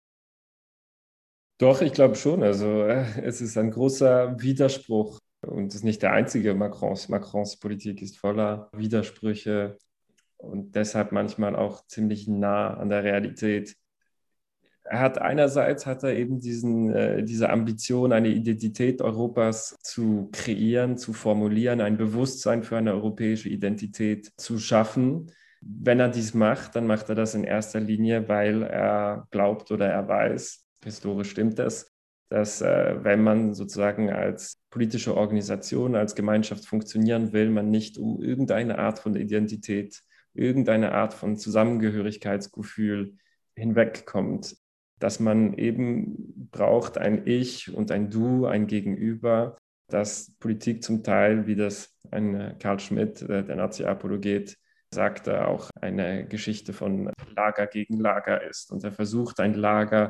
Doch, ich glaube schon. Also äh, es ist ein großer Widerspruch und es ist nicht der einzige Macrons. Macrons Politik ist voller Widersprüche und deshalb manchmal auch ziemlich nah an der Realität. Er hat einerseits hat er eben diesen, äh, diese Ambition, eine Identität Europas zu kreieren, zu formulieren, ein Bewusstsein für eine europäische Identität zu schaffen. Wenn er dies macht, dann macht er das in erster Linie, weil er glaubt oder er weiß, historisch stimmt das, dass äh, wenn man sozusagen als politische Organisation, als Gemeinschaft funktionieren will, man nicht um irgendeine Art von Identität, irgendeine Art von Zusammengehörigkeitsgefühl hinwegkommt. Dass man eben braucht ein Ich und ein Du, ein Gegenüber, dass Politik zum Teil, wie das ein Karl Schmitt, der Nazi-Apologet, sagte, auch eine Geschichte von Lager gegen Lager ist. Und er versucht, ein Lager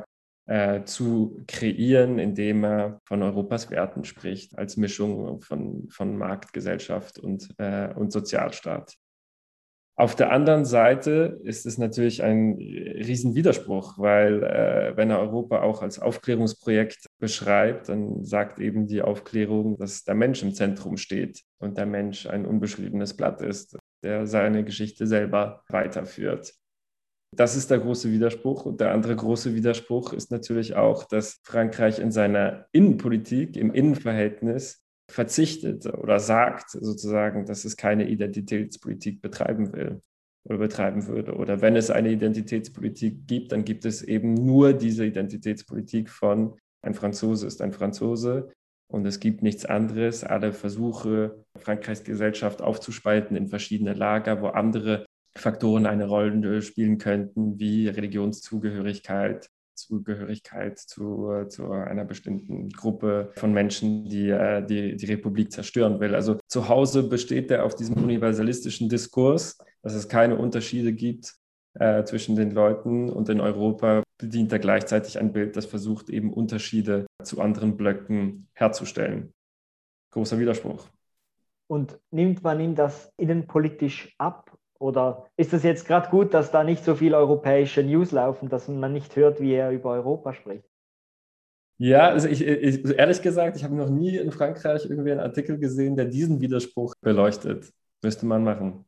äh, zu kreieren, indem er von Europas Werten spricht, als Mischung von, von Marktgesellschaft und, äh, und Sozialstaat. Auf der anderen Seite ist es natürlich ein Riesenwiderspruch, weil äh, wenn er Europa auch als Aufklärungsprojekt beschreibt, dann sagt eben die Aufklärung, dass der Mensch im Zentrum steht und der Mensch ein unbeschriebenes Blatt ist, der seine Geschichte selber weiterführt. Das ist der große Widerspruch. Und der andere große Widerspruch ist natürlich auch, dass Frankreich in seiner Innenpolitik, im Innenverhältnis verzichtet oder sagt sozusagen, dass es keine Identitätspolitik betreiben will oder betreiben würde. Oder wenn es eine Identitätspolitik gibt, dann gibt es eben nur diese Identitätspolitik von ein Franzose ist ein Franzose und es gibt nichts anderes. Alle Versuche, Frankreichs Gesellschaft aufzuspalten in verschiedene Lager, wo andere Faktoren eine Rolle spielen könnten, wie Religionszugehörigkeit, Zugehörigkeit zu, zu einer bestimmten Gruppe von Menschen, die, die die Republik zerstören will. Also zu Hause besteht er auf diesem universalistischen Diskurs, dass es keine Unterschiede gibt äh, zwischen den Leuten, und in Europa bedient er gleichzeitig ein Bild, das versucht, eben Unterschiede zu anderen Blöcken herzustellen. Großer Widerspruch. Und nimmt man ihm das innenpolitisch ab? Oder ist es jetzt gerade gut, dass da nicht so viele europäische News laufen, dass man nicht hört, wie er über Europa spricht? Ja, also ich, ich, ehrlich gesagt, ich habe noch nie in Frankreich irgendwie einen Artikel gesehen, der diesen Widerspruch beleuchtet. Müsste man machen.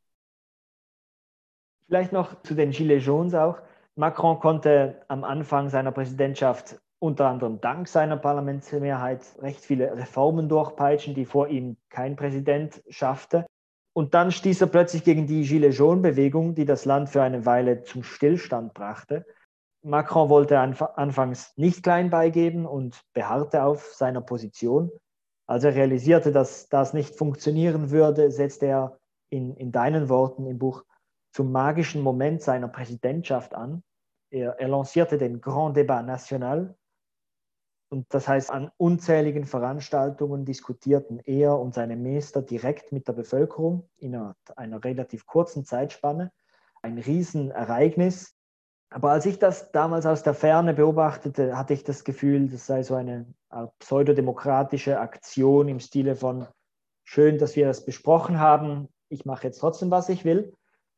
Vielleicht noch zu den Gilets jaunes auch. Macron konnte am Anfang seiner Präsidentschaft unter anderem dank seiner Parlamentsmehrheit recht viele Reformen durchpeitschen, die vor ihm kein Präsident schaffte. Und dann stieß er plötzlich gegen die Gilets jaunes-Bewegung, die das Land für eine Weile zum Stillstand brachte. Macron wollte anfangs nicht klein beigeben und beharrte auf seiner Position. Als er realisierte, dass das nicht funktionieren würde, setzte er in, in deinen Worten im Buch zum magischen Moment seiner Präsidentschaft an. Er, er lancierte den Grand Débat National. Und das heißt, an unzähligen Veranstaltungen diskutierten er und seine Minister direkt mit der Bevölkerung in einer, einer relativ kurzen Zeitspanne. Ein Riesenereignis. Aber als ich das damals aus der Ferne beobachtete, hatte ich das Gefühl, das sei so eine pseudodemokratische Aktion im Stile von schön, dass wir das besprochen haben, ich mache jetzt trotzdem, was ich will.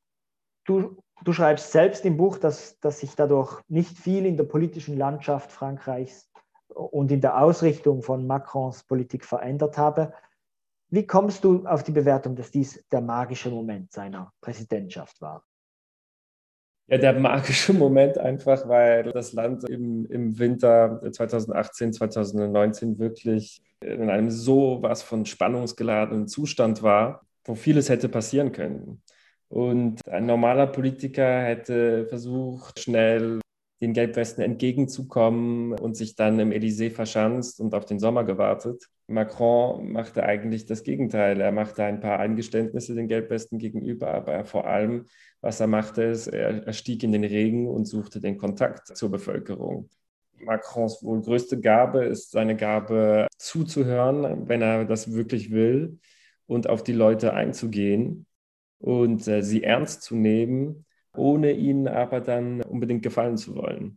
Du, du schreibst selbst im Buch, dass, dass sich dadurch nicht viel in der politischen Landschaft Frankreichs und in der Ausrichtung von Macrons Politik verändert habe. Wie kommst du auf die Bewertung, dass dies der magische Moment seiner Präsidentschaft war? Ja, der magische Moment einfach, weil das Land im, im Winter zweitausendachtzehn, zweitausendneunzehn wirklich in einem so was von spannungsgeladenen Zustand war, wo vieles hätte passieren können. Und ein normaler Politiker hätte versucht, schnell den Gelbwesten entgegenzukommen und sich dann im Élysée verschanzt und auf den Sommer gewartet. Macron machte eigentlich das Gegenteil. Er machte ein paar Eingeständnisse den Gelbwesten gegenüber, aber vor allem, was er machte, ist, er, er stieg in den Regen und suchte den Kontakt zur Bevölkerung. Macrons wohl größte Gabe ist seine Gabe zuzuhören, wenn er das wirklich will, und auf die Leute einzugehen und äh, sie ernst zu nehmen, ohne ihnen aber dann unbedingt gefallen zu wollen.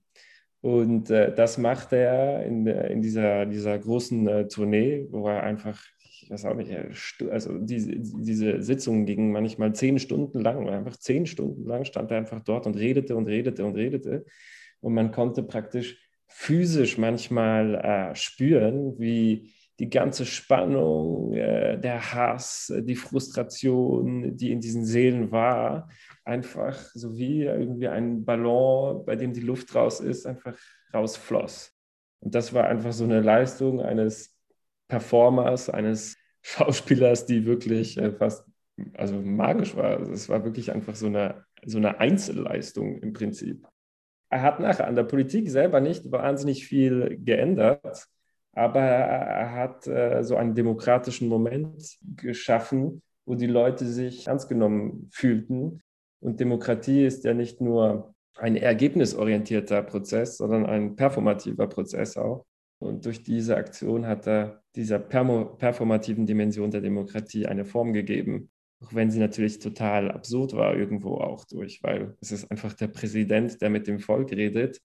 Und äh, das macht er in, in dieser, dieser großen äh, Tournee, wo er einfach, ich weiß auch nicht, also diese, diese Sitzungen gingen manchmal zehn Stunden lang, einfach zehn Stunden lang stand er einfach dort und redete und redete und redete. Und man konnte praktisch physisch manchmal äh, spüren, wie die ganze Spannung, äh, der Hass, die Frustration, die in diesen Seelen war, einfach so wie irgendwie ein Ballon, bei dem die Luft raus ist, einfach rausfloss. Und das war einfach so eine Leistung eines Performers, eines Schauspielers, die wirklich äh, fast also magisch war. Also es war wirklich einfach so eine, so eine Einzelleistung im Prinzip. Er hat nachher an der Politik selber nicht wahnsinnig viel geändert, aber er hat äh, so einen demokratischen Moment geschaffen, wo die Leute sich ernst genommen fühlten. Und Demokratie ist ja nicht nur ein ergebnisorientierter Prozess, sondern ein performativer Prozess auch. Und durch diese Aktion hat er dieser performativen Dimension der Demokratie eine Form gegeben. Auch wenn sie natürlich total absurd war, irgendwo auch durch, weil es ist einfach der Präsident, der mit dem Volk redet.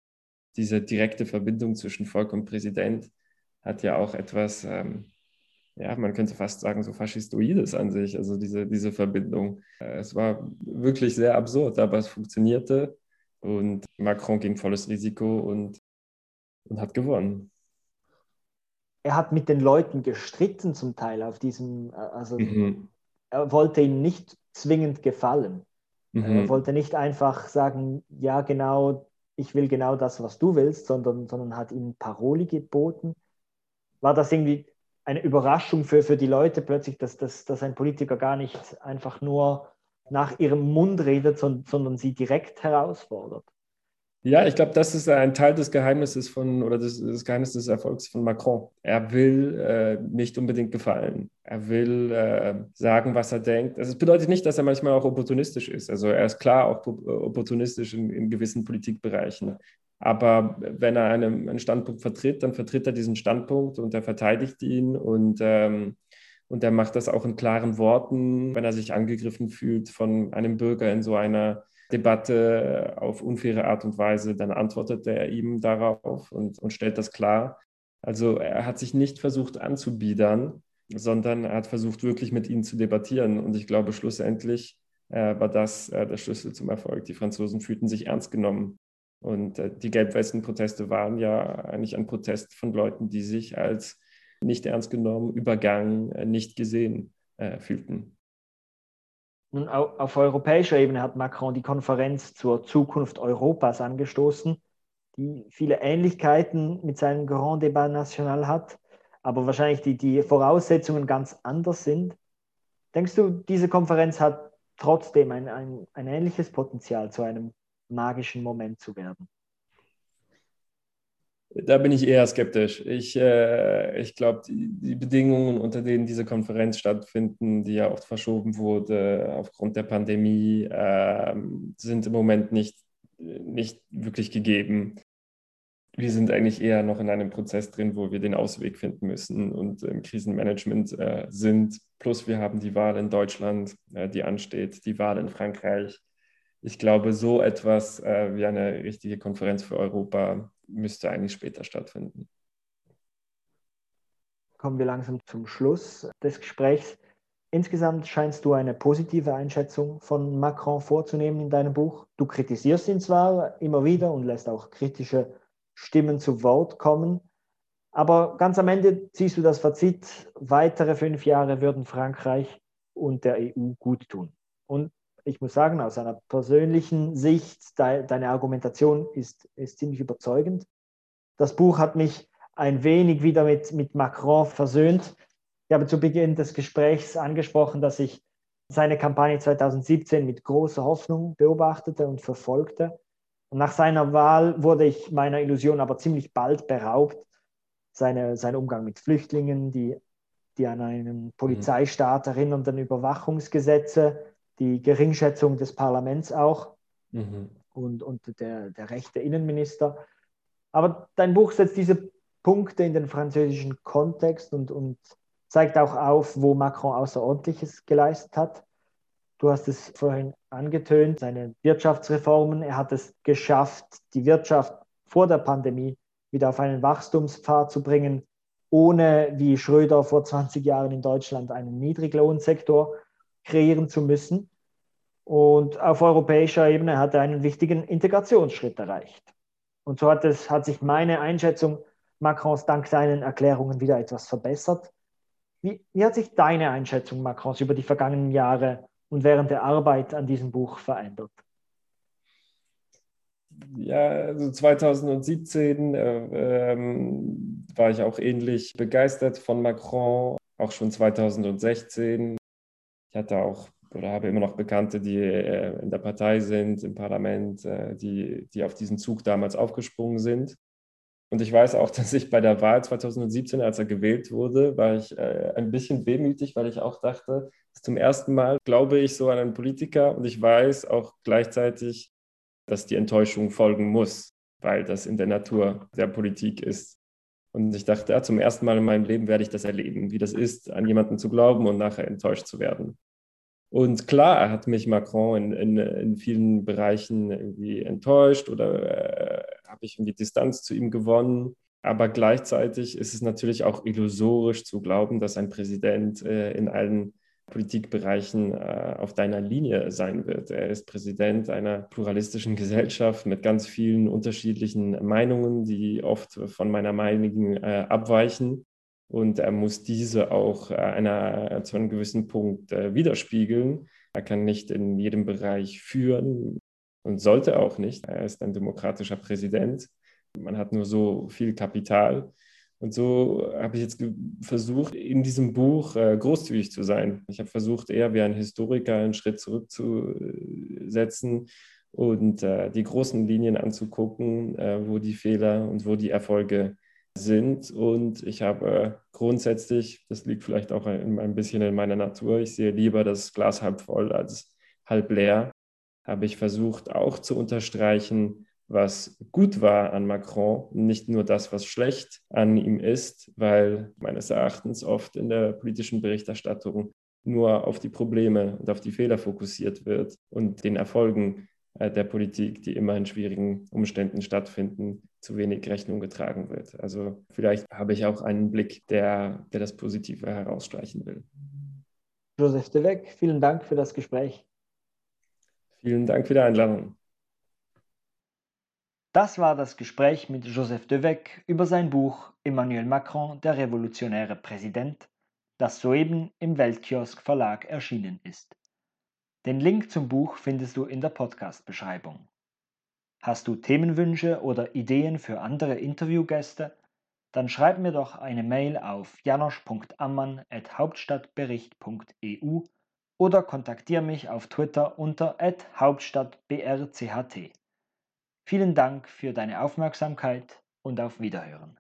diese direkte Verbindung zwischen Volk und Präsident hat ja auch etwas, ähm, ja, man könnte fast sagen, so Faschistoides an sich, also diese, diese Verbindung. Äh, Es war wirklich sehr absurd, aber es funktionierte und Macron ging volles Risiko und, und hat gewonnen. Er hat mit den Leuten gestritten zum Teil auf diesem, äh, also Mhm. er wollte ihnen nicht zwingend gefallen. Er Mhm. wollte nicht einfach sagen, ja genau, ich will genau das, was du willst, sondern, sondern hat ihnen Paroli geboten. War das irgendwie eine Überraschung für, für die Leute plötzlich, dass, dass, dass ein Politiker gar nicht einfach nur nach ihrem Mund redet, sondern, sondern sie direkt herausfordert? Ja, ich glaube, das ist ein Teil des Geheimnisses von, oder des, des Geheimnisses des Erfolgs von Macron. Er will äh, nicht unbedingt gefallen. Er will äh, sagen, was er denkt. Also es bedeutet nicht, dass er manchmal auch opportunistisch ist. Also er ist klar auch opportunistisch in, in gewissen Politikbereichen. Aber wenn er einen, einen Standpunkt vertritt, dann vertritt er diesen Standpunkt und er verteidigt ihn und, ähm, und er macht das auch in klaren Worten, wenn er sich angegriffen fühlt von einem Bürger in so einer Debatte auf unfaire Art und Weise, dann antwortet er ihm darauf und, und stellt das klar. Also er hat sich nicht versucht anzubiedern, sondern er hat versucht wirklich mit ihnen zu debattieren. Und ich glaube, schlussendlich äh, war das äh, der Schlüssel zum Erfolg. Die Franzosen fühlten sich ernst genommen. Und äh, die Gelbwesten-Proteste waren ja eigentlich ein Protest von Leuten, die sich als nicht ernst genommen, übergangen, äh, nicht gesehen äh, fühlten. Nun, auf europäischer Ebene hat Macron die Konferenz zur Zukunft Europas angestoßen, die viele Ähnlichkeiten mit seinem Grand Débat National hat, aber wahrscheinlich die, die Voraussetzungen ganz anders sind. Denkst du, diese Konferenz hat trotzdem ein, ein, ein ähnliches Potenzial, zu einem magischen Moment zu werden? Da bin ich eher skeptisch. Ich, äh, ich glaube, die, die Bedingungen, unter denen diese Konferenz stattfinden, die ja oft verschoben wurde aufgrund der Pandemie, ähm, sind im Moment nicht, nicht wirklich gegeben. Wir sind eigentlich eher noch in einem Prozess drin, wo wir den Ausweg finden müssen und im Krisenmanagement äh, sind. Plus wir haben die Wahl in Deutschland, äh, die ansteht, die Wahl in Frankreich. Ich glaube, so etwas äh, wie eine richtige Konferenz für Europa müsste eigentlich später stattfinden. Kommen wir langsam zum Schluss des Gesprächs. Insgesamt scheinst du eine positive Einschätzung von Macron vorzunehmen in deinem Buch. Du kritisierst ihn zwar immer wieder und lässt auch kritische Stimmen zu Wort kommen, aber ganz am Ende ziehst du das Fazit, weitere fünf Jahre würden Frankreich und der E U gut tun. Und ich muss sagen, aus einer persönlichen Sicht, de, deine Argumentation ist, ist ziemlich überzeugend. Das Buch hat mich ein wenig wieder mit, mit Macron versöhnt. Ich habe zu Beginn des Gesprächs angesprochen, dass ich seine Kampagne zweitausendsiebzehn mit großer Hoffnung beobachtete und verfolgte. Und nach seiner Wahl wurde ich meiner Illusion aber ziemlich bald beraubt. Seine, sein Umgang mit Flüchtlingen, die, die an einen Mhm. Polizeistaat erinnernden Überwachungsgesetze, die Geringschätzung des Parlaments auch Mhm. und, und der, der rechte Innenminister. Aber dein Buch setzt diese Punkte in den französischen Kontext und, und zeigt auch auf, wo Macron Außerordentliches geleistet hat. Du hast es vorhin angetönt, seine Wirtschaftsreformen. Er hat es geschafft, die Wirtschaft vor der Pandemie wieder auf einen Wachstumspfad zu bringen, ohne wie Schröder vor zwanzig Jahren in Deutschland einen Niedriglohnsektor kreieren zu müssen. Und auf europäischer Ebene hat er einen wichtigen Integrationsschritt erreicht. Und so hat, es, hat sich meine Einschätzung Macrons dank seinen Erklärungen wieder etwas verbessert. Wie, wie hat sich deine Einschätzung Macrons über die vergangenen Jahre und während der Arbeit an diesem Buch verändert? Ja, also zweitausendsiebzehn äh, ähm, war ich auch ähnlich begeistert von Macron, auch schon zweitausendsechzehn. Ich hatte auch oder habe immer noch Bekannte, die äh, in der Partei sind, im Parlament, äh, die, die auf diesen Zug damals aufgesprungen sind. Und ich weiß auch, dass ich bei der Wahl zweitausendsiebzehn, als er gewählt wurde, war ich äh, ein bisschen wehmütig, weil ich auch dachte, zum ersten Mal glaube ich so an einen Politiker und ich weiß auch gleichzeitig, dass die Enttäuschung folgen muss, weil das in der Natur der Politik ist. Und ich dachte, ja, zum ersten Mal in meinem Leben werde ich das erleben, wie das ist, an jemanden zu glauben und nachher enttäuscht zu werden. Und klar, er hat mich Macron in, in, in vielen Bereichen irgendwie enttäuscht oder äh, habe ich irgendwie Distanz zu ihm gewonnen. Aber gleichzeitig ist es natürlich auch illusorisch zu glauben, dass ein Präsident äh, in allen Politikbereichen äh, auf deiner Linie sein wird. Er ist Präsident einer pluralistischen Gesellschaft mit ganz vielen unterschiedlichen Meinungen, die oft von meiner Meinung äh, abweichen. Und er muss diese auch äh, einer, zu einem gewissen Punkt äh, widerspiegeln. Er kann nicht in jedem Bereich führen und sollte auch nicht. Er ist ein demokratischer Präsident. Man hat nur so viel Kapital. Und so habe ich jetzt versucht, in diesem Buch äh, großzügig zu sein. Ich habe versucht, eher wie ein Historiker einen Schritt zurückzusetzen und äh, die großen Linien anzugucken, äh, wo die Fehler und wo die Erfolge sind. Und ich habe äh, grundsätzlich, das liegt vielleicht auch ein, ein bisschen in meiner Natur, ich sehe lieber das Glas halb voll als halb leer, habe ich versucht auch zu unterstreichen, was gut war an Macron, nicht nur das, was schlecht an ihm ist, weil meines Erachtens oft in der politischen Berichterstattung nur auf die Probleme und auf die Fehler fokussiert wird und den Erfolgen äh, der Politik, die immer in schwierigen Umständen stattfinden, zu wenig Rechnung getragen wird. Also vielleicht habe ich auch einen Blick, der, der das Positive herausstreichen will. Joseph de Weck, vielen Dank für das Gespräch. Vielen Dank für die Einladung. Das war das Gespräch mit Joseph de Weck über sein Buch Emmanuel Macron, der revolutionäre Präsident, das soeben im Weltkiosk Verlag erschienen ist. Den Link zum Buch findest du in der Podcast-Beschreibung. Hast du Themenwünsche oder Ideen für andere Interviewgäste? Dann schreib mir doch eine Mail auf janosch punkt ammann at hauptstadtbericht punkt e u oder kontaktiere mich auf Twitter unter at hauptstadtbrcht. Vielen Dank für deine Aufmerksamkeit und auf Wiederhören.